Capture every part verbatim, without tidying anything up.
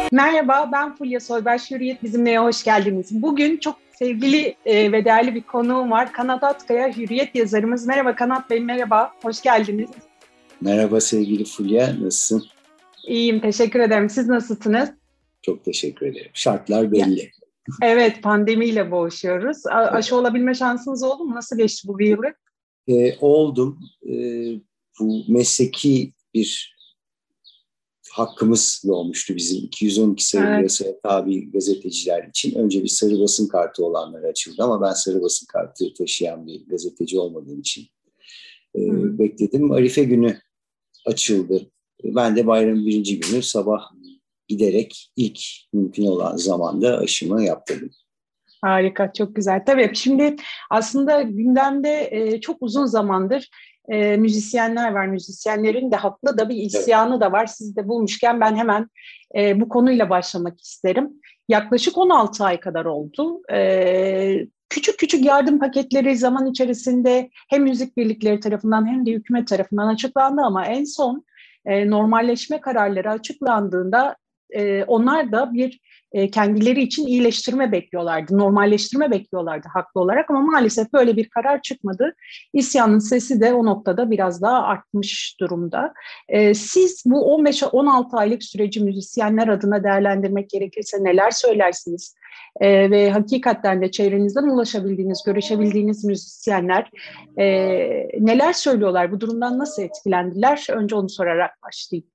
Merhaba, ben Fulya Soybaş, Hürriyet Bizimle'ye hoş geldiniz. Bugün çok sevgili e, ve değerli bir konuğum var. Kanat Atkaya, Hürriyet yazarımız. Merhaba Kanat Bey, merhaba, hoş geldiniz. Merhaba sevgili Fulya, nasılsın? İyiyim, teşekkür ederim. Siz nasılsınız? Çok teşekkür ederim. Şartlar belli. Ya, evet, pandemiyle boğuşuyoruz. A- Evet. Aşı olabilme şansınız oldu mu? Nasıl geçti bu bir yılı? Ee, oldum. Ee, bu mesleki bir hakkımız doğmuştu bizim iki yüz on iki sayılı Evet. yasaya tabi gazeteciler için. Önce bir sarı basın kartı olanlara açıldı ama ben sarı basın kartı taşıyan bir gazeteci olmadığım için e, Hı hı. bekledim. Arife günü açıldı. Ben de bayramın birinci günü sabah giderek ilk mümkün olan zamanda aşımı yaptırdım. Harika, çok güzel. Tabii şimdi aslında gündemde e, çok uzun zamandır e, müzisyenler var. Müzisyenlerin de haklı da bir Evet. isyanı da var. Siz de bulmuşken ben hemen e, bu konuyla başlamak isterim. Yaklaşık on altı ay kadar oldu. E, küçük küçük yardım paketleri zaman içerisinde hem müzik birlikleri tarafından hem de hükümet tarafından açıklandı ama en son e, normalleşme kararları açıklandığında e, onlar da bir e, kendileri için iyileştirme bekliyorlardı, normalleştirme bekliyorlardı haklı olarak ama maalesef böyle bir karar çıkmadı. İsyanın sesi de o noktada biraz daha artmış durumda. E, siz bu on beş on altı aylık süreci müzisyenler adına değerlendirmek gerekirse neler söylersiniz? E, ve hakikaten de çevrenizden ulaşabildiğiniz, görüşebildiğiniz müzisyenler e, neler söylüyorlar? Bu durumdan nasıl etkilendiler? Önce onu sorarak başlayayım.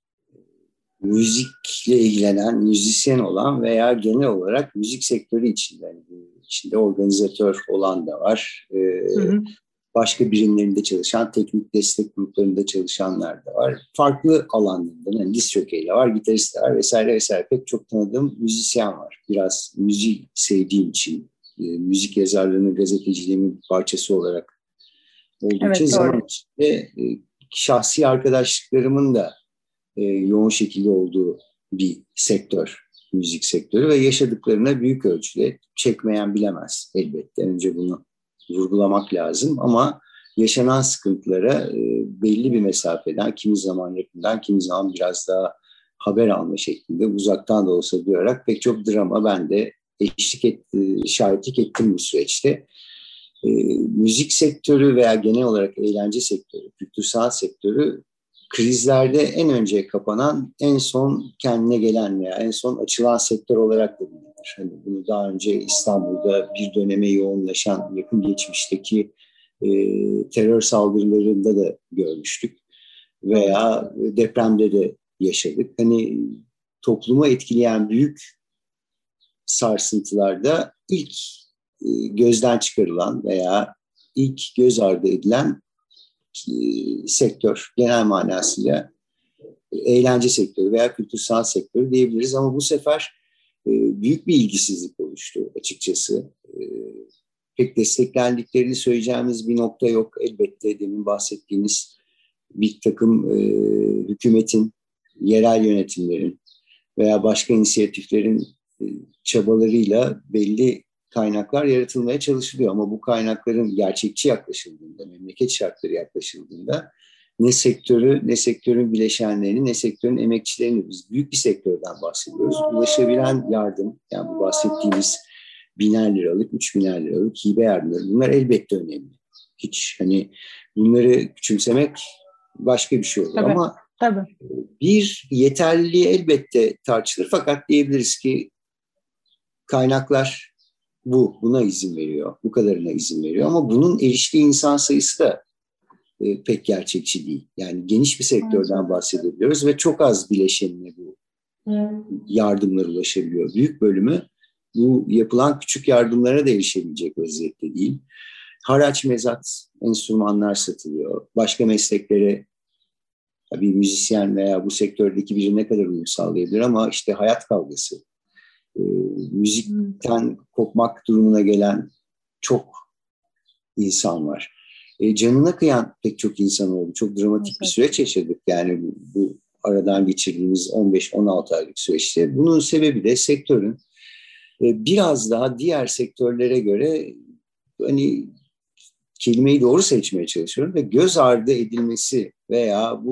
Müzikle ilgilenen, müzisyen olan veya genel olarak müzik sektörü içinde, yani içinde organizatör olan da var. Ee, Hı hı. Başka birimlerinde çalışan, teknik destek gruplarında çalışanlar da var. Farklı alanlardan, yani diz jokeyler var, gitaristler vesaire vesaire pek çok tanıdığım müzisyen var. Biraz müzik sevdiğim için, e, müzik yazarlığını gazeteciliğimin bir parçası olarak olduğu için Evet, doğru. zaman içinde e, şahsi arkadaşlıklarımın da e, yoğun şekilde olduğu bir sektör, müzik sektörü ve yaşadıklarına büyük ölçüde çekmeyen bilemez elbette. Önce bunu vurgulamak lazım ama yaşanan sıkıntılara e, belli bir mesafeden, kimi zaman yakından, kimi zaman biraz daha haber alma şeklinde uzaktan da olsa duyarak pek çok drama ben de eşlik etti, şahitlik ettim bu süreçte. E, müzik sektörü veya genel olarak eğlence sektörü, kültür sanat sektörü krizlerde en önce kapanan, en son kendine gelen veya en son açılan sektör olarak da bilinir. Hani bunu daha önce İstanbul'da bir döneme yoğunlaşan yakın geçmişteki e, terör saldırılarında da görmüştük. Doğru. Veya depremde de yaşadık. Hani toplumu etkileyen büyük sarsıntılarda ilk e, gözden çıkarılan veya ilk göz ardı edilen e, sektör genel manasıyla eğlence sektörü veya kültür sanat sektörü diyebiliriz ama bu sefer e, büyük bir ilgisizlik oluştu açıkçası. E, pek desteklendiklerini söyleyeceğimiz bir nokta yok. Elbette demin bahsettiğiniz bir takım e, hükümetin, yerel yönetimlerin veya başka inisiyatiflerin e, çabalarıyla belli kaynaklar yaratılmaya çalışılıyor. Ama bu kaynakların gerçekçi yaklaşıldığında, memleket şartları yaklaşıldığında ne sektörü, ne sektörün bileşenlerini, ne sektörün emekçilerini, biz büyük bir sektörden bahsediyoruz. Ulaşabilen yardım, yani bu bahsettiğimiz biner liralık, üç biner liralık hibe yardımları, bunlar elbette önemli. Hiç hani bunları küçümsemek başka bir şey olur Tabii, ama tabii. bir yeterliliği elbette tartışılır fakat diyebiliriz ki kaynaklar bu, buna izin veriyor, bu kadarına izin veriyor ama bunun eriştiği insan sayısı da e, pek gerçekçi değil. Yani geniş bir sektörden bahsedebiliyoruz ve çok az bileşenine bu yardımlar ulaşabiliyor. Büyük bölümü bu yapılan küçük yardımlara da erişebilecek vaziyette değil. Haraç mezat enstrümanlar satılıyor. Başka mesleklere bir müzisyen veya bu sektördeki biri ne kadar uyum sağlayabilir ama işte hayat kavgası, e, müzikten kopmak durumuna gelen çok insan var. E, canına kıyan pek çok insan oldu. Çok dramatik bir süreç yaşadık. Yani bu, bu aradan geçirdiğimiz on beş on altı aylık süreçte. Bunun sebebi de sektörün e, biraz daha diğer sektörlere göre hani kelimeyi doğru seçmeye çalışıyorum ve göz ardı edilmesi veya bu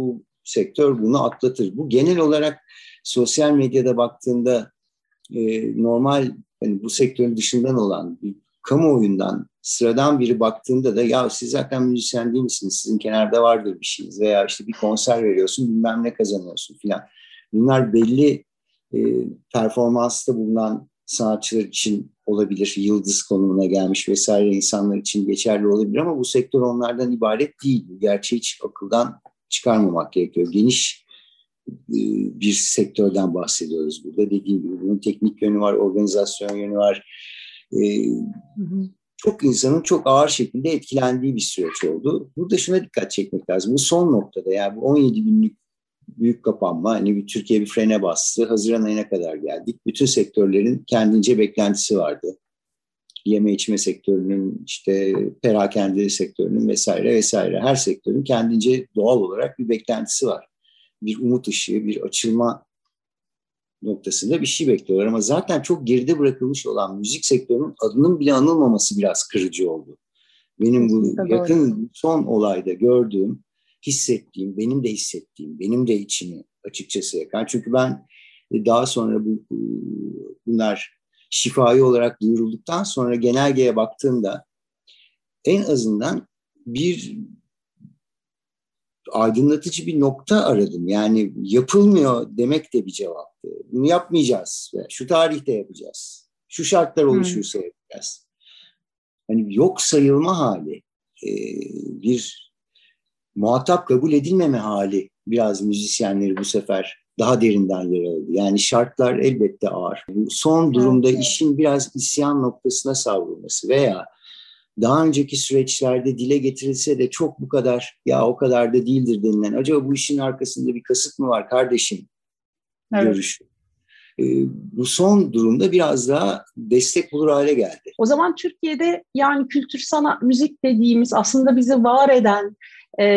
sektör bunu atlatır. Bu genel olarak sosyal medyada baktığında e, normal hani bu sektörün dışından olan bir kamuoyundan sıradan biri baktığında da ya siz zaten müzisyen değil misiniz? Sizin kenarda vardır bir şeyiniz veya işte bir konser veriyorsun bilmem ne kazanıyorsun filan. Bunlar belli e, performansta bulunan sanatçılar için olabilir. Yıldız konumuna gelmiş vesaire insanlar için geçerli olabilir ama bu sektör onlardan ibaret değil. Bu gerçeği hiç akıldan çıkarmamak gerekiyor. Geniş e, bir sektörden bahsediyoruz burada. Dediğim gibi bunun teknik yönü var, organizasyon yönü var. E, hı hı. Çok insanın çok ağır şekilde etkilendiği bir süreç oldu. Burada şuna dikkat çekmek lazım. Bu son noktada yani bu on yedi günlük büyük kapanma, hani bir Türkiye bir frene bastı. Haziran ayına kadar geldik. Bütün sektörlerin kendince beklentisi vardı. Yeme içme sektörünün, işte perakende sektörünün vesaire vesaire. Her sektörün kendince doğal olarak bir beklentisi var. Bir umut ışığı, bir açılma noktasında bir şey bekliyorlar. Ama zaten çok geride bırakılmış olan müzik sektörünün adının bile anılmaması biraz kırıcı oldu. Benim bu yakın son olayda gördüğüm, hissettiğim, benim de hissettiğim, benim de içimi açıkçası yakan. Çünkü ben daha sonra bu bunlar şifai olarak duyurulduktan sonra genelgeye baktığımda en azından bir aydınlatıcı bir nokta aradım. Yani yapılmıyor demek de bir cevaptı. Bunu yapmayacağız. Şu tarihte yapacağız. Şu şartlar oluşursa hmm. yapacağız. Hani yok sayılma hali, bir muhatap kabul edilmeme hali biraz müzisyenleri bu sefer daha derinden yaraladı. Yani şartlar elbette ağır. Bu son durumda evet. işin biraz isyan noktasına savrulması veya daha önceki süreçlerde dile getirilse de çok bu kadar ya o kadar da değildir denilen acaba bu işin arkasında bir kasıt mı var kardeşim evet. görüşü. Ee, bu son durumda biraz daha destek bulur hale geldi. O zaman Türkiye'de yani kültür, sanat, müzik dediğimiz aslında bizi var eden e,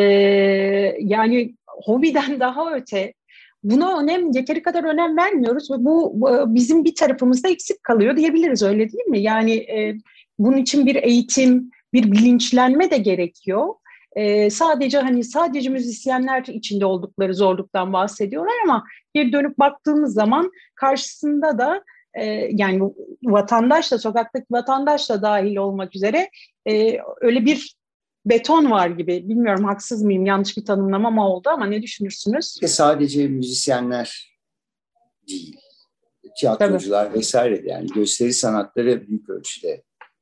yani hobiden daha öte buna önem, yeteri kadar önem vermiyoruz ve bu, bu bizim bir tarafımızda eksik kalıyor diyebiliriz, öyle değil mi? Yani e, bunun için bir eğitim, bir bilinçlenme de gerekiyor. Ee, sadece hani sadece müzisyenler içinde oldukları zorluktan bahsediyorlar ama bir dönüp baktığımız zaman karşısında da e, yani vatandaş da, sokaktaki vatandaş da dahil olmak üzere e, öyle bir beton var gibi. Bilmiyorum haksız mıyım, yanlış bir tanımlama mı oldu ama ne düşünürsünüz? Sadece müzisyenler değil, tiyatrocular Tabii. vesaire de yani gösteri sanatları büyük ölçüde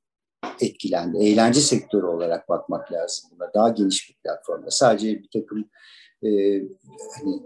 etkilendi. Eğlence sektörü olarak bakmak lazım buna. Daha geniş bir platformda. Sadece bir takım e, hani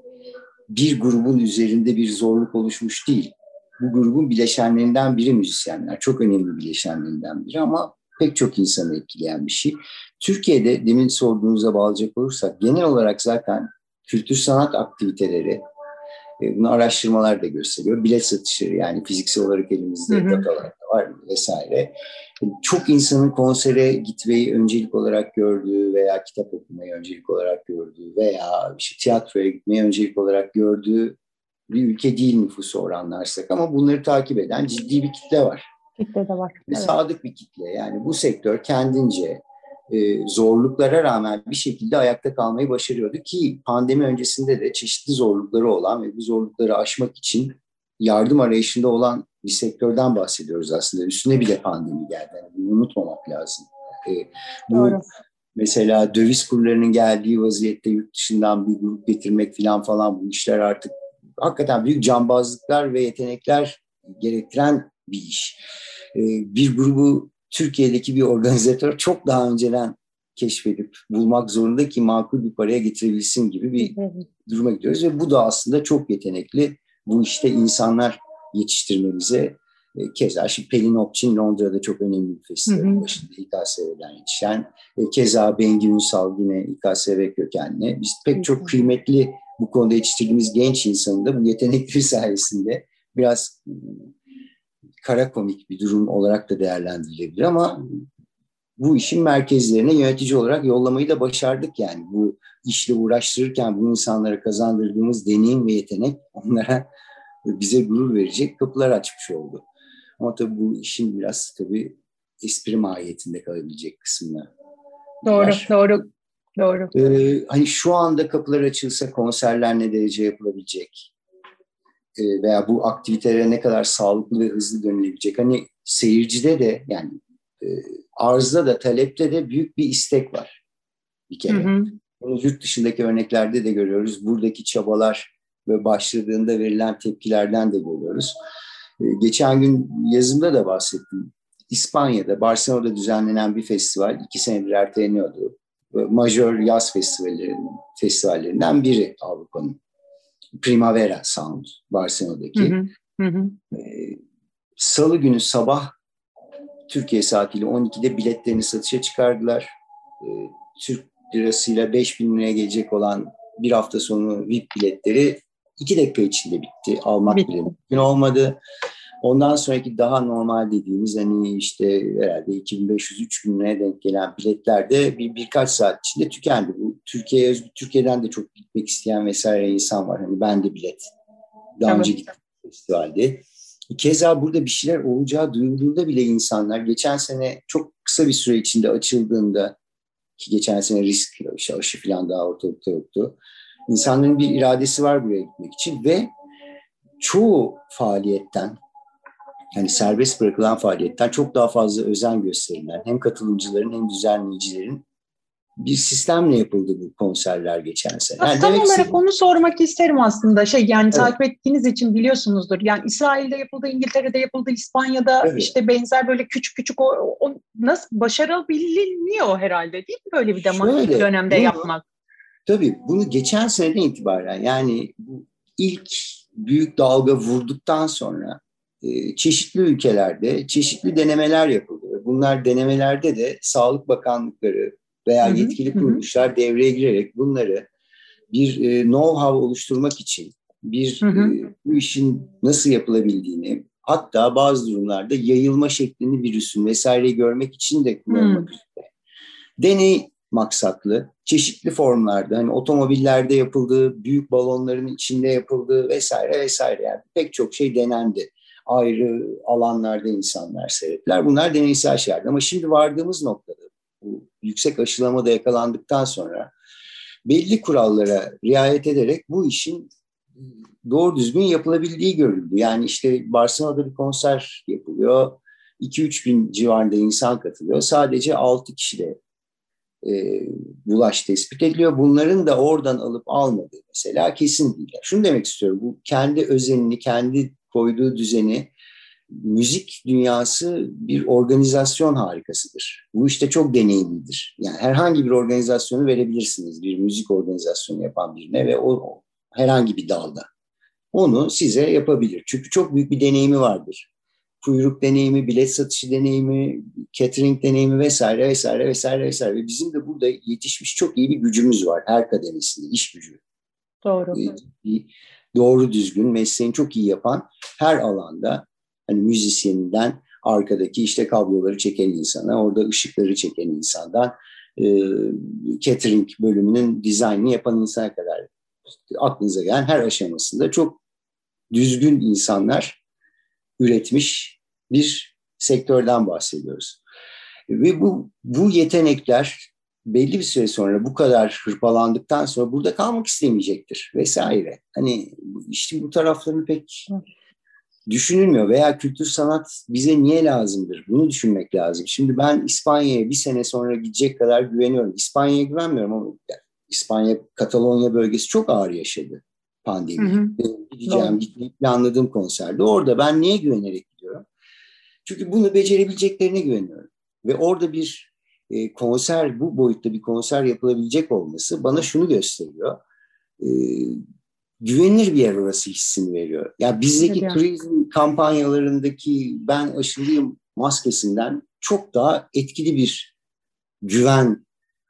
bir grubun üzerinde bir zorluk oluşmuş değil. Bu grubun bileşenlerinden biri müzisyenler. Çok önemli bileşenlerinden biri ama pek çok insanı etkileyen bir şey. Türkiye'de demin sorduğunuza bağlayacak olursak genel olarak zaten kültür sanat aktiviteleri, bunu araştırmalar da gösteriyor. Bilet satışları yani fiziksel olarak elimizde datalar da var vesaire. Çok insanın konsere gitmeyi öncelik olarak gördüğü veya kitap okumayı öncelik olarak gördüğü veya işte tiyatroya gitmeyi öncelik olarak gördüğü bir ülke değil nüfusu oranlarsak ama bunları takip eden ciddi bir kitle var. Kitle de var. Ve evet. sadık bir kitle. Yani bu sektör kendince e, zorluklara rağmen bir şekilde ayakta kalmayı başarıyordu ki pandemi öncesinde de çeşitli zorlukları olan ve bu zorlukları aşmak için yardım arayışında olan bir sektörden bahsediyoruz aslında. Üstüne bir de pandemi geldi. Yani bunu unutmamak lazım. E, bu Doğru. Mesela döviz kurlarının geldiği vaziyette yurt dışından bir grup getirmek falan falan bu işler artık hakikaten büyük cambazlıklar ve yetenekler gerektiren bir iş. E, bir grubu Türkiye'deki bir organizatör çok daha önceden keşfedip bulmak zorunda ki makul bir paraya getirebilsin gibi bir duruma gidiyoruz. Ve bu da aslında çok yetenekli bu işte insanlar yetiştirmemize. E, keza şimdi Pelin Okçin Londra'da çok önemli bir festivalin başında İ K S V'den yetişen. E, keza Bengi Ünsal yine İ K S V kökenli. Biz pek çok kıymetli bu konuda yetiştirdiğimiz genç insanın da bu yetenekleri sayesinde biraz kara komik bir durum olarak da değerlendirilebilir ama bu işin merkezlerine yönetici olarak yollamayı da başardık yani. Bu işle uğraştırırken bu insanlara kazandırdığımız deneyim ve yetenek onlara bize gurur verecek kapılar açmış oldu. Ama tabii bu işin biraz tabii espri mahiyetinde kalabilecek kısmına. Doğru, girer. doğru. Doğru. Ee, hani şu anda kapılar açılsa konserler ne derece yapılabilecek? Ee, veya bu aktivitelere ne kadar sağlıklı ve hızlı dönülebilecek? Hani seyircide de yani e, arzda da talepte de büyük bir istek var bir Hı kere. hı. Bunu yurt dışındaki örneklerde de görüyoruz. Buradaki çabalar ve başladığında verilen tepkilerden de görüyoruz. Ee, geçen gün yazımda da bahsettim. İspanya'da, Barcelona'da düzenlenen bir festival iki senedir erteleniyordu. Majör yaz festivallerinin, festivallerinden biri Avrupa'nın. Primavera Sound Hı Barcelona'daki. hı. Hı hı. Ee, Salı günü sabah Türkiye saatiyle on ikide biletlerini satışa çıkardılar. Ee, Türk lirasıyla beş bin liraya gelecek olan bir hafta sonu V I P biletleri iki dakika içinde bitti. Almak bile Bitti. mümkün olmadı. Ondan sonraki daha normal dediğimiz hani işte herhalde iki bin beş yüz üç bin liraya denk gelen biletler de bir, birkaç saat içinde tükendi. Bu Türkiye'ye özgü, Türkiye'den de çok gitmek isteyen vesaire insan var. Hani ben de bilet daha Tabii. önce gittim festivalde. Keza burada bir şeyler olacağı duyulduğunda bile insanlar geçen sene çok kısa bir süre içinde açıldığında ki geçen sene risk işte aşı falan daha ortalıkta yoktu. İnsanların bir iradesi var buraya gitmek için ve çoğu faaliyetten yani serbest bırakılan faaliyetten çok daha fazla özen gösterilen hem katılımcıların hem düzenleyicilerin bir sistemle yapıldı bu konserler geçen sene. Bak, Yani tam demek olarak istediğim, onu sormak isterim aslında. Şey, yani evet, takip ettiğiniz için biliyorsunuzdur. Yani İsrail'de yapıldı, İngiltere'de yapıldı, İspanya'da evet. işte benzer böyle küçük küçük o, o nasıl başarılı biliniyor herhalde, değil mi böyle bir dema- Şöyle, dönemde bunu yapmak? tabii bunu geçen seneden itibaren yani bu ilk büyük dalga vurduktan sonra e, çeşitli ülkelerde çeşitli denemeler yapıldı. Bunlar denemelerde de Sağlık Bakanlıkları veya Hı hı, yetkili hı hı, kuruluşlar devreye girerek bunları bir e, know-how oluşturmak için bir hı e, hı. bu işin nasıl yapılabildiğini hatta bazı durumlarda yayılma şeklini virüsün vesaire görmek için de Hı. kullanılmak üzere. Deney maksatlı, çeşitli formlarda, hani otomobillerde yapıldığı, büyük balonların içinde yapıldığı vesaire vesaire yani pek çok şey denendi. Ayrı alanlarda insanlar seyrettiler. Bunlar deneysel şeylerdi. Ama şimdi vardığımız noktada bu yüksek aşılamada yakalandıktan sonra belli kurallara riayet ederek bu işin doğru düzgün yapılabildiği görüldü. Yani işte Barcelona'da bir konser yapılıyor. iki üç bin civarında insan katılıyor. Sadece altı kişi de e, bulaş tespit ediliyor. Bunların da oradan alıp almadığı mesela kesin değil. Şunu demek istiyorum. Bu kendi özenini, kendi koyduğu düzeni müzik dünyası bir organizasyon harikasıdır. Bu işte çok deneyimlidir. Yani herhangi bir organizasyonu verebilirsiniz bir müzik organizasyonu yapan birine ve o, o herhangi bir dalda. Onu size yapabilir. Çünkü çok büyük bir deneyimi vardır. Kuyruk deneyimi, bilet satışı deneyimi, catering deneyimi vesaire vesaire vesaire vesaire. Ve bizim de burada yetişmiş çok iyi bir gücümüz var her kademesinde, iş gücü. Doğru. Doğru düzgün mesleğini çok iyi yapan her alanda hani müzisyeninden arkadaki işte kabloları çeken insana, orada ışıkları çeken insandan e, catering bölümünün dizaynını yapan insana kadar aklınıza gelen her aşamasında çok düzgün insanlar üretmiş bir sektörden bahsediyoruz. Ve bu, bu yetenekler belli bir süre sonra bu kadar hırpalandıktan sonra burada kalmak istemeyecektir vesaire. Hani işte bu taraflarını pek düşünülmüyor veya kültür sanat bize niye lazımdır? Bunu düşünmek lazım. Şimdi ben İspanya'ya bir sene sonra gidecek kadar güveniyorum. İspanya'ya güvenmiyorum ama İspanya, Katalonya bölgesi çok ağır yaşadı Hı pandemiyi. hı. Benim gideceğim, Doğru. gitmeyi planladığım konserde. Orada ben niye güvenerek gidiyorum? Çünkü bunu becerebileceklerine güveniyorum. Ve orada bir e, konser, bu boyutta bir konser yapılabilecek olması bana şunu gösteriyor. E, Güvenilir bir yer orası hissini veriyor. Ya yani bizdeki Evet. turizm kampanyalarındaki ben aşılıyım maskesinden çok daha etkili bir güven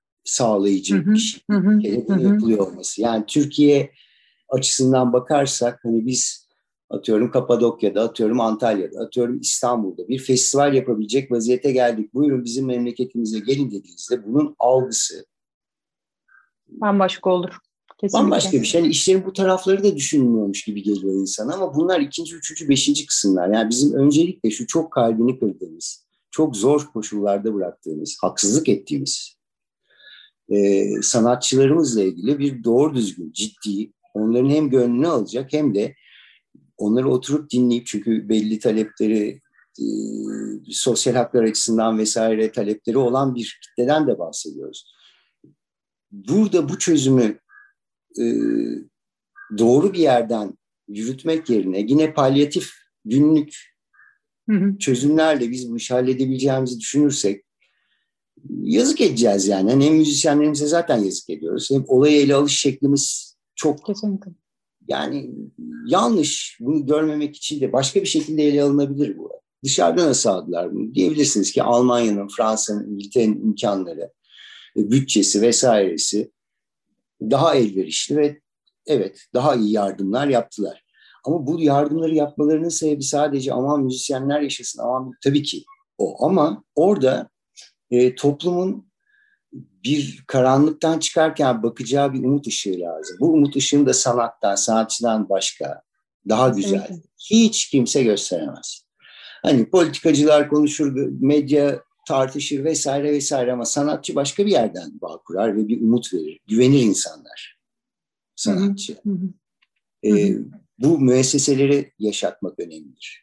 Hı sağlayıcı bir hı. şey. Hı hı. Hı Bunun hı. yapılıyor olması. Yani Türkiye açısından bakarsak hani biz atıyorum Kapadokya'da, atıyorum Antalya'da, atıyorum İstanbul'da bir festival yapabilecek vaziyete geldik. Buyurun bizim memleketimize gelin dediğinizde bunun algısı Bambaşka olur. Kesinlikle. bambaşka bir şey. Yani işlerin bu tarafları da düşünülmüyormuş gibi geliyor insana ama bunlar ikinci, üçüncü, beşinci kısımlar. Yani bizim öncelikle şu çok kalbini kırdığımız, çok zor koşullarda bıraktığımız, haksızlık ettiğimiz e, sanatçılarımızla ilgili bir doğru düzgün, ciddi, onların hem gönlünü alacak hem de onları oturup dinleyip, çünkü belli talepleri, e, sosyal haklar açısından vesaire talepleri olan bir kitleden de bahsediyoruz. Burada bu çözümü e, doğru bir yerden yürütmek yerine yine palyatif günlük hı hı. çözümlerle biz bu işi halledebileceğimizi düşünürsek yazık edeceğiz yani. Hem müzisyenlerimize zaten yazık ediyoruz. Hem olayı ele alış şeklimiz çok kesinlikle yani yanlış. Bunu görmemek için de başka bir şekilde ele alınabilir bu. Dışarıda nasıl aldılar bunu? Diyebilirsiniz ki Almanya'nın, Fransa'nın, İngiltere'nin imkanları, bütçesi vesairesi daha elverişli ve evet daha iyi yardımlar yaptılar. Ama bu yardımları yapmalarının sebebi sadece aman müzisyenler yaşasın, aman tabii ki o. Ama orada e, toplumun bir karanlıktan çıkarken bakacağı bir umut ışığı lazım. Bu umut ışığını da sanattan, sanatçıdan başka, daha güzel evet. hiç kimse gösteremez. Hani politikacılar konuşur, medya tartışır vesaire vesaire ama sanatçı başka bir yerden bağ kurar ve bir umut verir. Güvenir insanlar sanatçı. Hı hı. Ee, bu müesseseleri yaşatmak önemlidir.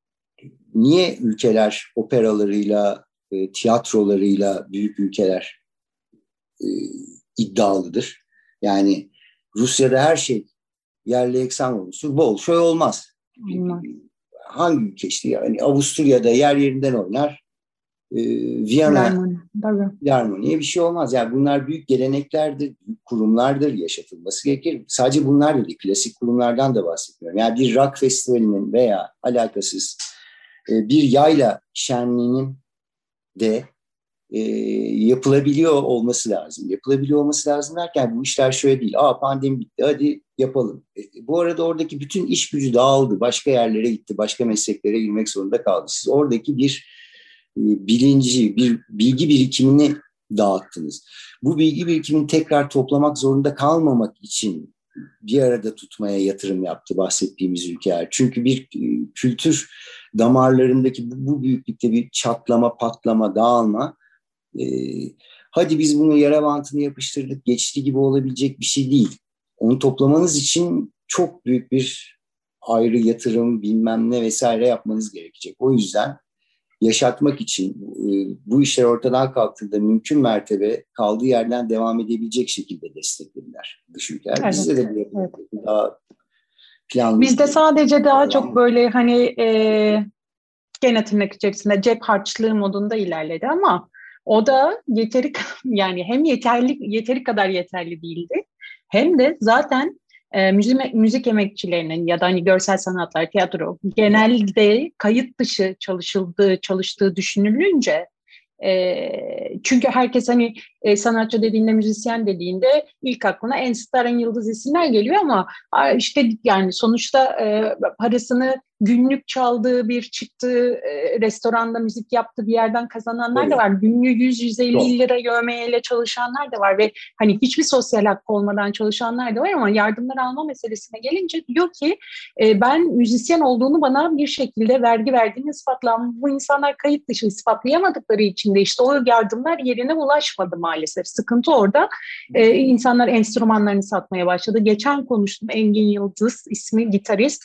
Niye ülkeler operalarıyla, e, tiyatrolarıyla büyük ülkeler e, iddialıdır? Yani Rusya'da her şey yerli eksen olmuştur. Bolşoy olmaz. Olmaz. Hangi ülke işte yani Avusturya'da yer yerinden oynar. E, Viyana Filarmoniye bir şey olmaz. Yani bunlar büyük geleneklerdir, büyük kurumlardır, yaşatılması gerekir. Sadece bunlar değil, klasik kurumlardan da bahsetmiyorum. Yani bir rock festivalinin veya alakasız e, bir yayla şenliğinin de e, yapılabiliyor olması lazım. Yapılabiliyor olması lazım derken bu işler şöyle değil. Aa pandemi bitti, hadi yapalım. E, bu arada oradaki bütün iş gücü dağıldı. Başka yerlere gitti, başka mesleklere girmek zorunda kaldı. Siz oradaki bir bilinci, bir bilgi birikimini dağıttınız. Bu bilgi birikimini tekrar toplamak zorunda kalmamak için bir arada tutmaya yatırım yaptı bahsettiğimiz ülkeler. Çünkü bir kültür damarlarındaki bu, bu büyüklükte bir çatlama, patlama, dağılma, e, hadi biz bunu yara bantını yapıştırdık, geçti gibi olabilecek bir şey değil. Onu toplamanız için çok büyük bir ayrı yatırım, bilmem ne vesaire yapmanız gerekecek. O yüzden yaşatmak için bu işler ortadan kalktığında mümkün mertebe kaldığı yerden devam edebilecek şekilde desteklediler dış ülkeler. Evet, bizde de bir evet. daha planlı. Bizde sadece daha çok böyle hani e, gene tırnak içerisinde cep harçlığı modunda ilerledi ama o da yeteri yani hem yeterli yeteri kadar yeterli değildi hem de zaten E, müzik, müzik emekçilerinin ya da hani görsel sanatlar, tiyatro genelde kayıt dışı çalışıldığı, çalıştığı düşünülünce e, çünkü herkes hani e, sanatçı dediğinde, müzisyen dediğinde ilk aklına en star, en yıldız isimler geliyor ama işte yani sonuçta e, parasını günlük çaldığı bir çıktığı e, restoranda müzik yaptığı bir yerden kazananlar evet. da var. Günlüğü yüz yüz elli lira yövmeyle çalışanlar da var ve hani hiçbir sosyal hakkı olmadan çalışanlar da var ama yardımları alma meselesine gelince diyor ki e, ben müzisyen olduğunu bana bir şekilde vergi verdiğini ispatlam. Bu insanlar kayıt dışı ispatlayamadıkları için de işte o yardımlar yerine ulaşmadı maalesef. Sıkıntı orada. E, insanlar enstrümanlarını satmaya başladı. Geçen konuştum Engin Yıldız ismi gitarist.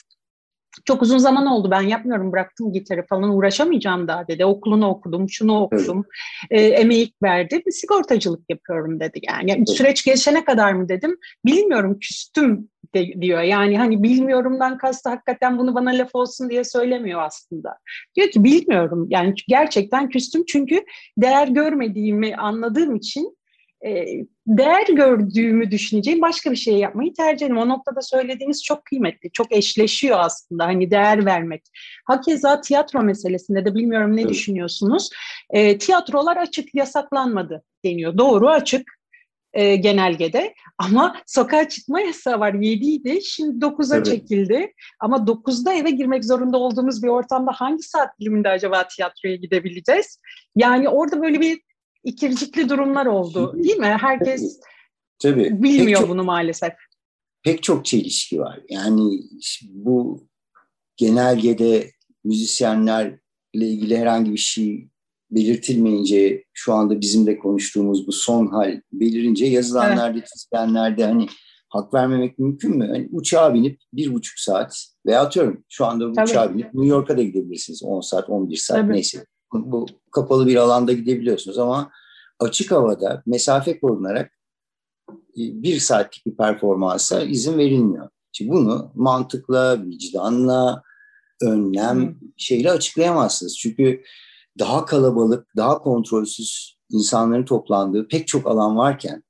Çok uzun zaman oldu ben yapmıyorum bıraktım gitarı falan uğraşamayacağım daha dedi. Okulunu okudum, şunu okudum, e, emek verdi. Bir sigortacılık yapıyorum dedi. Yani, yani süreç geçene kadar mı dedim. Bilmiyorum küstüm de, diyor. Yani hani bilmiyorumdan kastı hakikaten bunu bana laf olsun diye söylemiyor aslında. Diyor ki bilmiyorum yani gerçekten küstüm çünkü değer görmediğimi anladığım için E, değer gördüğümü düşüneceğim başka bir şey yapmayı tercih ederim. O noktada söylediğiniz çok kıymetli, çok eşleşiyor aslında hani değer vermek. Hakeza tiyatro meselesinde de bilmiyorum ne evet. düşünüyorsunuz? E, tiyatrolar açık, yasaklanmadı deniyor. Doğru açık e, genelgede ama sokağa çıkma yasağı var. yediydi, şimdi dokuza evet. çekildi. Ama dokuzda eve girmek zorunda olduğumuz bir ortamda hangi saat diliminde acaba tiyatroya gidebileceğiz? Yani orada böyle bir ikircikli durumlar oldu değil mi? Herkes Tabii. bilmiyor çok, bunu maalesef. Pek çok çelişki var. Yani bu genelgede müzisyenlerle ilgili herhangi bir şey belirtilmeyince, şu anda bizim de konuştuğumuz bu son hal belirince yazılanlarda, evet, çizilenlerde hani hak vermemek mümkün mü? Hani uçağa binip bir buçuk saat veya atıyorum şu anda bu uçağa binip New York'a da gidebilirsiniz. on saat, on bir saat, tabii, neyse. Bu kapalı bir alanda gidebiliyorsunuz ama açık havada mesafe korunarak bir saatlik bir performansa izin verilmiyor. Şimdi bunu mantıkla, vicdanla, önlem hmm. şeyle açıklayamazsınız. Çünkü daha kalabalık, daha kontrolsüz insanların toplandığı pek çok alan varken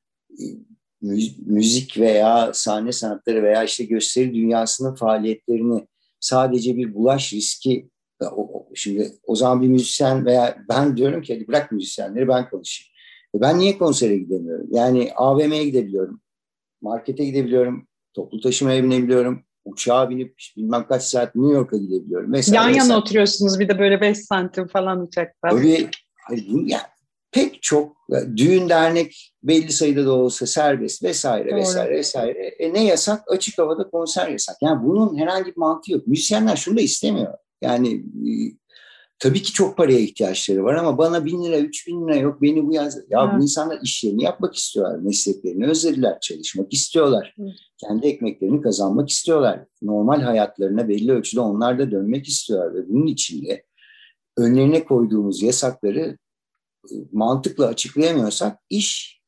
müzik veya sahne sanatları veya işte gösteri dünyasının faaliyetlerini sadece bir bulaş riski, şimdi o zaman bir müzisyen veya ben diyorum ki hadi bırak müzisyenleri, ben konuşayım. Ben niye konsere gidemiyorum? Yani A V M'ye gidebiliyorum, markete gidebiliyorum, toplu taşımaya binebiliyorum, uçağa binip bilmem kaç saat New York'a gidebiliyorum. Vesaire, yan yana vesaire. Oturuyorsunuz bir de böyle beş santim falan uçakta. Tabii yani pek çok düğün dernek belli sayıda da olsa serbest vesaire. Doğru. vesaire vesaire. E ne yasak? Açık havada konser yasak. Yani bunun herhangi bir mantığı yok. Müzisyenler şunu da istemiyor. Yani e, tabii ki çok paraya ihtiyaçları var ama bana bin lira, üç bin lira yok, beni bu yaz. Ya ha. Bu insanlar işlerini yapmak istiyorlar. Mesleklerini özlediler. Çalışmak istiyorlar. Hı. Kendi ekmeklerini kazanmak istiyorlar. Normal hayatlarına belli ölçüde onlar da dönmek istiyorlar. Ve bunun içinde önlerine koyduğumuz yasakları mantıkla açıklayamıyorsak iş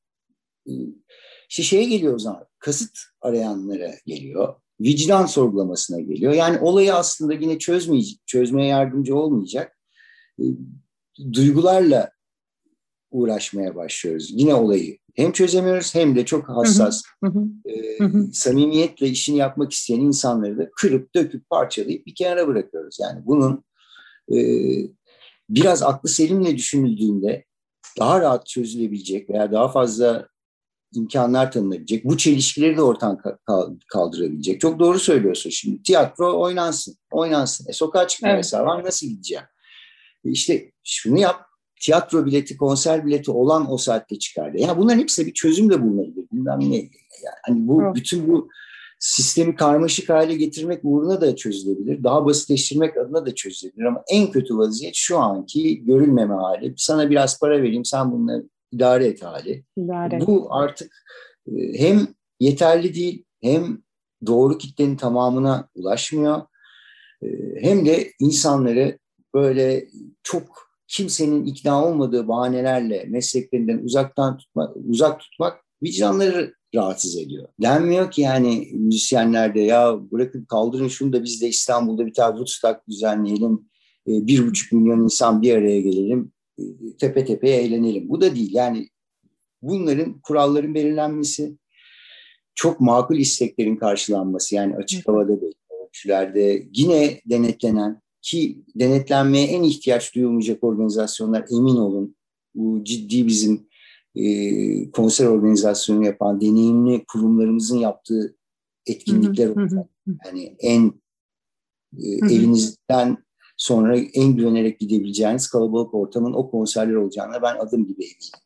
şişeye geliyor o zaman. Kasıt arayanlara geliyor. Vicdan sorgulamasına geliyor. Yani olayı aslında yine çözmeyecek, çözmeye yardımcı olmayacak duygularla uğraşmaya başlıyoruz. Yine olayı hem çözemiyoruz hem de çok hassas, hı hı, e, hı hı. samimiyetle işini yapmak isteyen insanları da kırıp, döküp, parçalayıp bir kenara bırakıyoruz. Yani bunun e, biraz aklı selimle düşünüldüğünde daha rahat çözülebilecek veya daha fazla imkanlar tanınabilecek, bu çelişkileri de ortadan kaldırabilecek. Çok doğru söylüyorsun şimdi. Tiyatro oynansın, oynansın. E, sokağa çıkma yasağı var, nasıl gideceğim? E, işte şunu yap, tiyatro bileti, konser bileti olan o saatte çıkardı. Yani bunların hepsi bir çözüm de bulunabilir. Bilmem ne. Yani hani bu evet. bütün bu sistemi karmaşık hale getirmek uğruna da çözülebilir. Daha basitleştirmek adına da çözülebilir. Ama en kötü vaziyet şu anki görülmeme hali. Sana biraz para vereyim, sen bunları idare et hali. İdare. Bu artık hem yeterli değil, hem doğru kitlenin tamamına ulaşmıyor. Hem de insanları böyle çok kimsenin ikna olmadığı bahanelerle mesleklerinden uzaktan tutmak, uzak tutmak vicdanları rahatsız ediyor. Denmiyor ki yani müzisyenlerde ya bırakın kaldırın şunu da biz de İstanbul'da bir tane Woodstock düzenleyelim. Bir buçuk milyon insan bir araya gelelim. Tepe tepeye eğlenelim. Bu da değil. Yani bunların kuralların belirlenmesi, çok makul isteklerin karşılanması, yani açık havada belli ölçülerde yine denetlenen, ki denetlenmeye en ihtiyaç duyulmayacak organizasyonlar, emin olun bu ciddi bizim e, konser organizasyonu yapan deneyimli kurumlarımızın yaptığı etkinlikler olacak. Yani en e, evinizden sonra en güvenerek gidebileceğiniz kalabalık ortamın o konserler olacağına ben adım gibi eminim.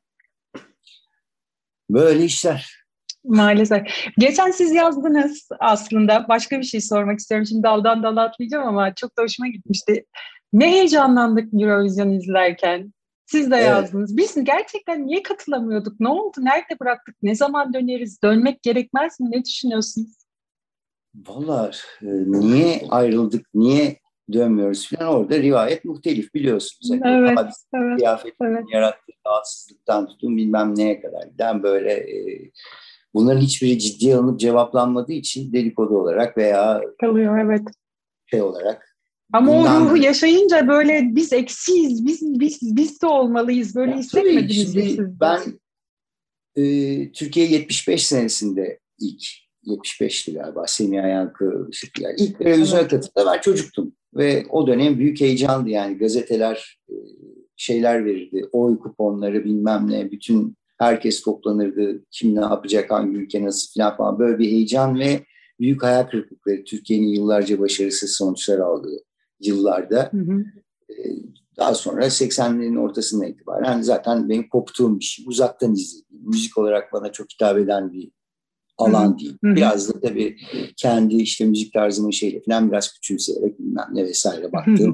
Böyle işler. Maalesef. Geçen siz yazdınız aslında. Başka bir şey sormak istiyorum. Şimdi daldan dala atlayacağım ama çok da hoşuma gitmişti. Ne heyecanlandık Eurovision izlerken. Siz de yazdınız. Evet. Biz gerçekten niye katılamıyorduk? Ne oldu? Nerede bıraktık? Ne zaman döneriz? Dönmek gerekmez mi? Ne düşünüyorsunuz? Vallahi e, niye ayrıldık? Niye dönmüyoruz falan, orada rivayet muhtelif biliyorsunuz. Yani evet, evet, kıyafetin evet. yarattığı rahatsızlıktan tutun bilmem neye kadar giden böyle e, bunların hiçbiri ciddiye alınıp cevaplanmadığı için dedikodu olarak veya kalıyor evet. şey olarak. Ama o ruhu yaşayınca böyle biz eksiyiz, biz biz biz de olmalıyız. Böyle ya, hissetmediniz mi siz? Ben e, Türkiye yetmiş beş senesinde ilk yetmiş beşti galiba Semih Yankı yani ilk televizyona evet. katıldığımda ben çocuktum ve o dönem büyük heyecandı, yani gazeteler e, şeyler verirdi, oy kuponları bilmem ne, bütün herkes toplanırdı, kim ne yapacak, hangi ülke nasıl falan falan, böyle bir heyecan ve büyük hayal kırıklıkları, Türkiye'nin yıllarca başarısız sonuçlar aldığı yıllarda. Hı hı. E, daha sonra seksenlerin ortasından itibaren zaten benim koptuğum bir şey, uzaktan izlediğim, müzik olarak bana çok hitap eden bir alan hı hı. değil. Biraz da tabii kendi işte müzik tarzının şeyle falan biraz küçümseyerek bilmem ne vesaire baktığım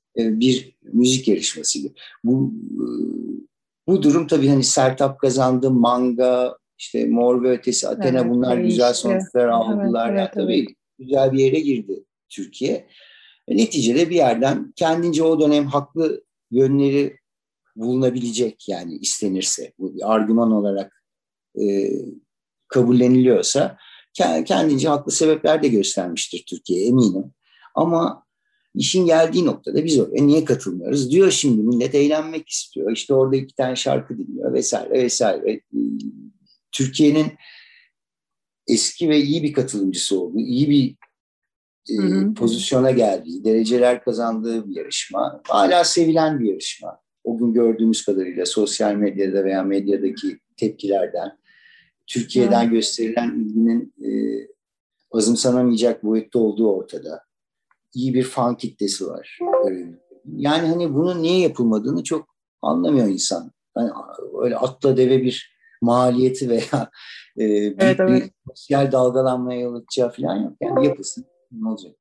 e, bir müzik yarışmasıydı. Bu e, bu durum tabii hani Sertab kazandı, Manga, işte Mor ve Ötesi, Athena, Evet, bunlar güzel değişti. sonuçlar Evet, aldılar. evet, Yani evet. tabii güzel bir yere girdi Türkiye. E, neticede bir yerden kendince o dönem haklı yönleri bulunabilecek, yani istenirse. Bu bir argüman olarak e, kabulleniliyorsa kendince haklı sebepler de göstermiştir Türkiye, eminim. Ama işin geldiği noktada biz oraya niye katılmıyoruz diyor şimdi millet, eğlenmek istiyor. İşte orada iki tane şarkı dinliyor vesaire vesaire. Türkiye'nin eski ve iyi bir katılımcısı olduğu, iyi bir Hı e, hı. pozisyona geldiği, dereceler kazandığı bir yarışma. Hala sevilen bir yarışma. O gün gördüğümüz kadarıyla sosyal medyada veya medyadaki tepkilerden, Evet. Türkiye'den gösterilen ilginin e, azımsanamayacak boyutta olduğu ortada. İyi bir fan kitlesi var. E, yani hani bunun niye yapılmadığını çok anlamıyor insan. Yani öyle atla deve bir maliyeti veya e, Evet, büyük bir evet. sosyal dalgalanmaya yol açacağı falan yok. Yani yapılsın. Ne olacak?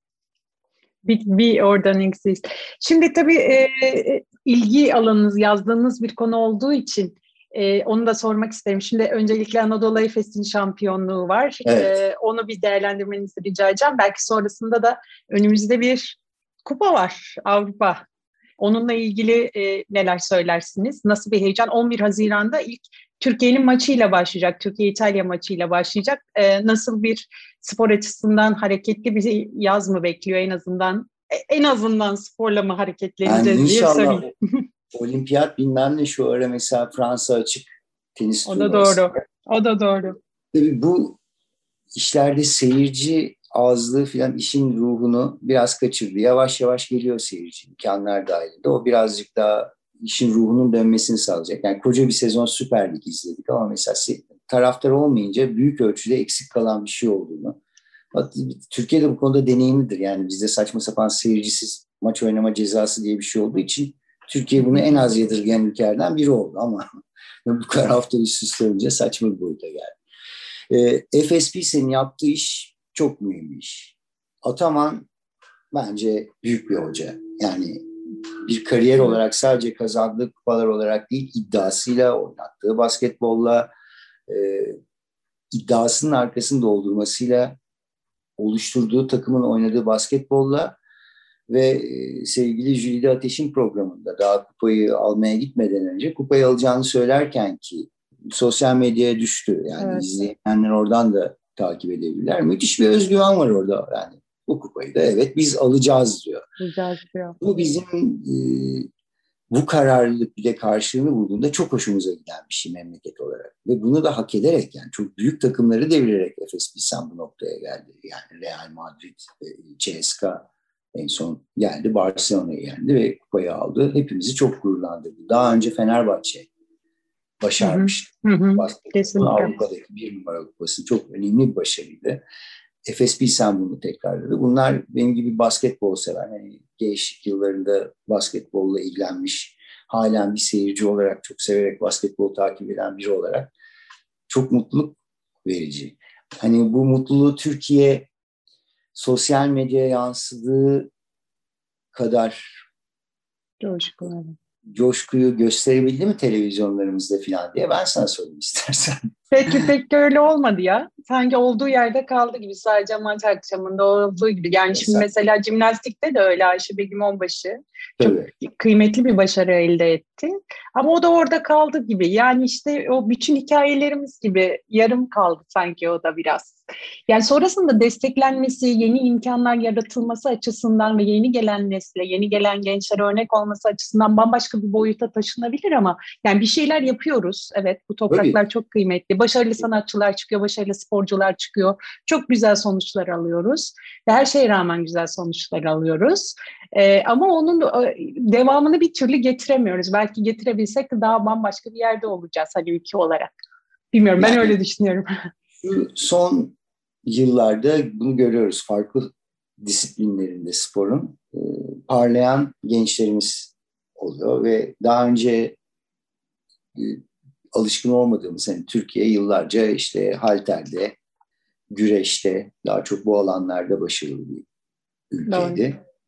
Bir, bir oradan exist. Şimdi tabii e, e, ilgi alanınız, yazdığınız bir konu olduğu için e, onu da sormak isterim. Şimdi öncelikle Anadolu Efes'in şampiyonluğu var. Evet. E, onu bir değerlendirmenizi rica edeceğim. Belki sonrasında da önümüzde bir kupa var, Avrupa. Onunla ilgili e, neler söylersiniz? Nasıl bir heyecan? on bir Haziran'da ilk Türkiye'nin maçıyla başlayacak. Türkiye-İtalya maçıyla başlayacak. E, nasıl bir spor açısından hareketli bir yaz mı bekliyor en azından? E, en azından sporla mı Yani hareketleneceğiz diye inşallah sorayım. olimpiyat bilmem ne, şu ara mesela Fransa açık tenis O da turnuvası. doğru. O da doğru. Tabii bu işlerde seyirci azlığı falan işin ruhunu biraz kaçırdı. Yavaş yavaş geliyor seyirci, imkanlar dahilinde. O birazcık daha işin ruhunun dönmesini sağlayacak. Yani koca bir sezon Süper Lig izledik ama mesela taraftar olmayınca büyük ölçüde eksik kalan bir şey olduğunu. Türkiye'de bu konuda deneyimlidir. Yani bizde saçma sapan seyircisiz maç oynama cezası diye bir şey olduğu için Türkiye bunu en az yadırgayan ülkelerden biri oldu ama bu kadar hafta üst üste olunca saçma bir boyuta geldi. E, Efes Pilsen'in yaptığı iş çok mühim bir iş. Ataman bence büyük bir hoca. Yani bir kariyer Evet. olarak sadece kazandığı kupalar olarak değil, iddiasıyla, oynattığı basketbolla, e, iddiasının arkasını doldurmasıyla, oluşturduğu takımın oynadığı basketbolla ve e, sevgili Jülide Ateş'in programında daha kupayı almaya gitmeden önce kupayı alacağını söylerken ki sosyal medyaya düştü. Yani Evet. izleyenler oradan da takip edebilirler. Müthiş bir özgüven var orada. Yani bu kupayı da evet biz alacağız diyor. Rica ediyorum. Bu bizim e, bu kararlılık bir de karşılığını bulduğunda çok hoşumuza giden bir şey memleket olarak. Ve bunu da hak ederek, yani çok büyük takımları devirerek Efes Pilsen bu noktaya geldi. Yani Real Madrid, C S K A en son geldi, Barcelona'yı yendi ve kupayı aldı. Hepimizi çok gururlandırdı. Daha önce Fenerbahçe Hı hı. başarmıştı. Hı hı. Basketbolun Kesinlikle. Avrupa'daki bir numaralı kupası çok önemli bir başarıydı. Efes Pilsen bunu tekrarladı. Bunlar benim gibi basketbol seven, yani gençlik yıllarında basketbolla ilgilenmiş, halen bir seyirci olarak çok severek basketbol takip eden biri olarak çok mutluluk verici. Hani bu mutluluğu Türkiye sosyal medyaya yansıdığı kadar Coşku. coşkuyu gösterebildi mi televizyonlarımızda falan diye ben sana sorayım istersen. Peki pek öyle olmadı ya. Sanki olduğu yerde kaldı gibi, sadece maç akşamında olduğu gibi. Yani şimdi Mesela, mesela jimnastikte de öyle, Ayşe Begüm Onbaşı çok tabii. kıymetli bir başarı elde etti. Ama o da orada kaldı gibi. Yani işte o bütün hikayelerimiz gibi yarım kaldı sanki o da biraz. Yani sonrasında desteklenmesi, yeni imkanlar yaratılması açısından ve yeni gelen nesle, yeni gelen gençlere örnek olması açısından bambaşka bir boyuta taşınabilir ama yani bir şeyler yapıyoruz. Evet, bu Tabii. topraklar çok kıymetli. Başarılı sanatçılar çıkıyor, başarılı sporcular çıkıyor. Çok güzel sonuçlar alıyoruz. Ve her şeye rağmen güzel sonuçlar alıyoruz. Ee, ama onun e, devamını bir türlü getiremiyoruz. Belki getirebilsek de daha bambaşka bir yerde olacağız hani ülke olarak. Bilmiyorum, ben Yani öyle düşünüyorum. şu son yıllarda bunu görüyoruz. Farklı disiplinlerinde sporun e, parlayan gençlerimiz oluyor ve daha önce e, alışkın olmadığımız, hani Türkiye yıllarca işte halterde, güreşte, daha çok bu alanlarda başarılı bir Doğru. ülkeydi.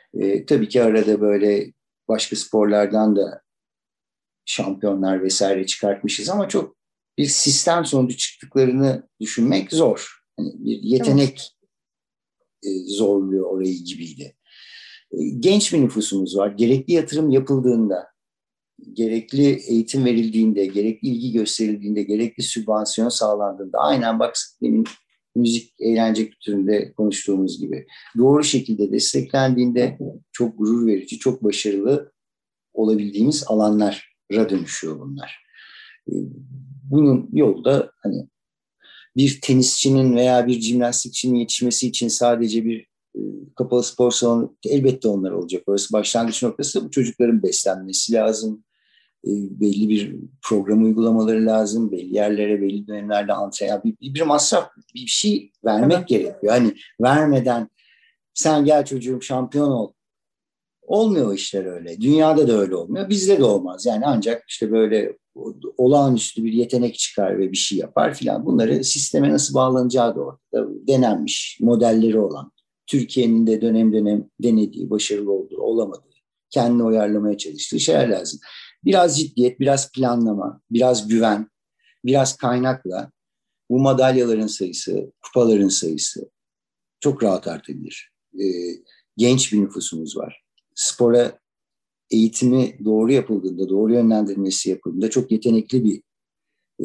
E, tabii ki arada böyle başka sporlardan da şampiyonlar vesaire çıkartmışız ama çok bir sistem sonucu çıktıklarını düşünmek zor. Yani bir yetenek e, zorluyor orayı gibiydi. E, genç bir nüfusumuz var. Gerekli yatırım yapıldığında, gerekli eğitim verildiğinde, gerekli ilgi gösterildiğinde, gerekli sübvansiyon sağlandığında, aynen bak benim müzik, eğlence kültüründe konuştuğumuz gibi doğru şekilde desteklendiğinde çok gurur verici, çok başarılı olabildiğimiz alanlara dönüşüyor bunlar. Bunun yolu da hani bir tenisçinin veya bir jimnastikçinin yetişmesi için sadece bir kapalı spor salonu elbette onlar olacak. Orası başlangıç noktası da bu çocukların beslenmesi lazım. Belli bir program uygulamaları lazım. Belli yerlere, belli dönemlerde antrenman, bir, bir masraf, bir şey vermek evet. gerekiyor. Yani vermeden sen gel çocuğum şampiyon ol. Olmuyor işler öyle. Dünyada da öyle olmuyor. Bizde de olmaz. Yani ancak işte böyle olağanüstü bir yetenek çıkar ve bir şey yapar filan. Bunları sisteme nasıl bağlanacağı da ortada denenmiş, modelleri olan, Türkiye'nin de dönem dönem denediği, başarılı olduğu, olamadığı, kendini uyarlamaya çalıştığı şeyler lazım. Biraz ciddiyet, biraz planlama, biraz güven, biraz kaynakla bu madalyaların sayısı, kupaların sayısı çok rahat artabilir. Ee, genç bir nüfusumuz var. Spora eğitimi doğru yapıldığında, doğru yönlendirilmesi yapıldığında çok yetenekli bir e,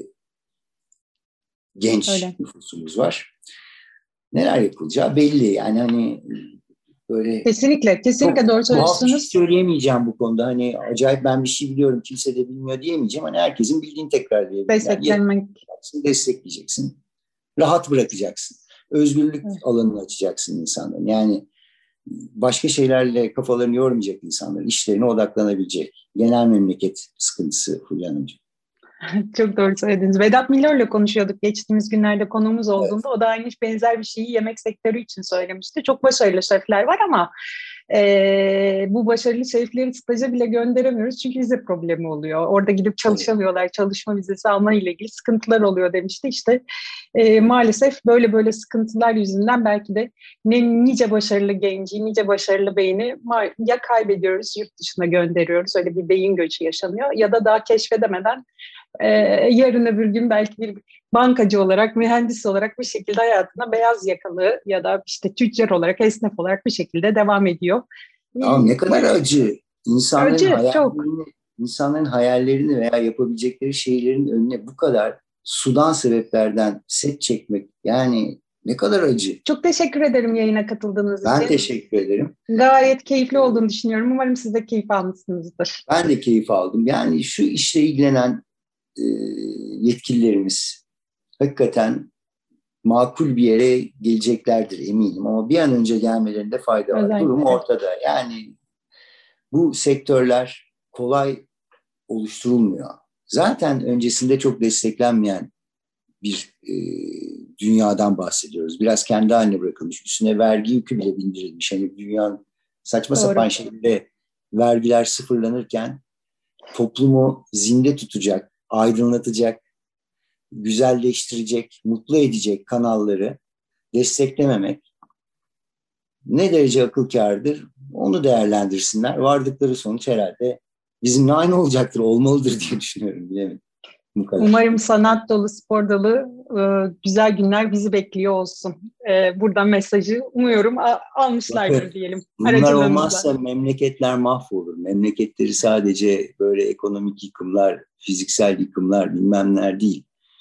genç Öyle. nüfusumuz var. Neler yapılacağı belli. Yani hani böyle kesinlikle, kesinlikle çok, doğru söylüyorsunuz. Bir şey söyleyemeyeceğim bu konuda. Hani acayip ben bir şey biliyorum, kimse de bilmiyor diyemeyeceğim. Hani herkesin bildiğini tekrar diyebilirim. Desteklenmek. Yani destekleyeceksin. Rahat bırakacaksın. Özgürlük evet. alanını açacaksın insanların. Yani başka şeylerle kafalarını yormayacak insanlar, işlerine odaklanabilecek. Genel memleket sıkıntısı Fulya Hanımcığım. Çok doğru söylediniz. Vedat Milor'la konuşuyorduk geçtiğimiz günlerde konuğumuz olduğunda. Evet. O da aynı benzer bir şeyi yemek sektörü için söylemişti. Çok başarılı şefler var ama e, bu başarılı şefleri staja bile gönderemiyoruz. Çünkü vize problemi oluyor. Orada gidip çalışamıyorlar. Evet. Çalışma vizesi alma ile ilgili sıkıntılar oluyor demişti. İşte e, maalesef böyle böyle sıkıntılar yüzünden belki de ne, nice başarılı genci, nice başarılı beyni ya kaybediyoruz, yurt dışına gönderiyoruz. Öyle bir beyin göçü yaşanıyor. Ya da daha keşfedemeden Ee, yarın öbür gün belki bir bankacı olarak, mühendis olarak bir şekilde hayatına beyaz yakalı ya da işte tüccar olarak, esnaf olarak bir şekilde devam ediyor. Ya ne kadar acı. İnsanların acı, hayallerini, çok. insanların hayallerini veya yapabilecekleri şeylerin önüne bu kadar sudan sebeplerden set çekmek yani ne kadar acı. Çok teşekkür ederim yayına katıldığınız ben için. Ben teşekkür ederim. Gayet keyifli olduğunu düşünüyorum. Umarım siz de keyif almışsınızdır. Ben de keyif aldım. Yani şu işle ilgilenen e, yetkililerimiz hakikaten makul bir yere geleceklerdir eminim. Ama bir an önce gelmelerinde fayda var. Özellikle. Durum ortada. Yani bu sektörler kolay oluşturulmuyor. Zaten öncesinde çok desteklenmeyen bir e, dünyadan bahsediyoruz. Biraz kendi haline bırakılmış. Üstüne vergi yükü bile bindirilmiş. Hani dünyanın saçma Doğru. sapan şekilde vergiler sıfırlanırken toplumu zinde tutacak, aydınlatacak, güzelleştirecek, mutlu edecek kanalları desteklememek ne derece akıl kârdır onu değerlendirsinler. Vardıkları sonuç herhalde bizimle aynı olacaktır, olmalıdır diye düşünüyorum. Bilemedim. Umarım sanat dolu, spor dolu güzel günler bizi bekliyor olsun. Buradan mesajı umuyorum almışlardır diyelim. Bunlar olmazsa memleketler mahvolur. Memleketleri sadece böyle ekonomik yıkımlar, fiziksel yıkımlar bilmem neler değil.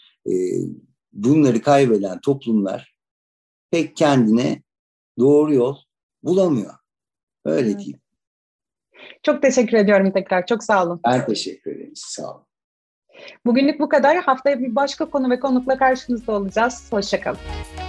Bunları kaybeden toplumlar pek kendine doğru yol bulamıyor. Öyle evet. diyeyim. Çok teşekkür ediyorum tekrar. Çok sağ olun. Ben teşekkür ederim. Sağ olun. Bugünlük bu kadar. Haftaya bir başka konu ve konukla karşınızda olacağız. Hoşça kalın.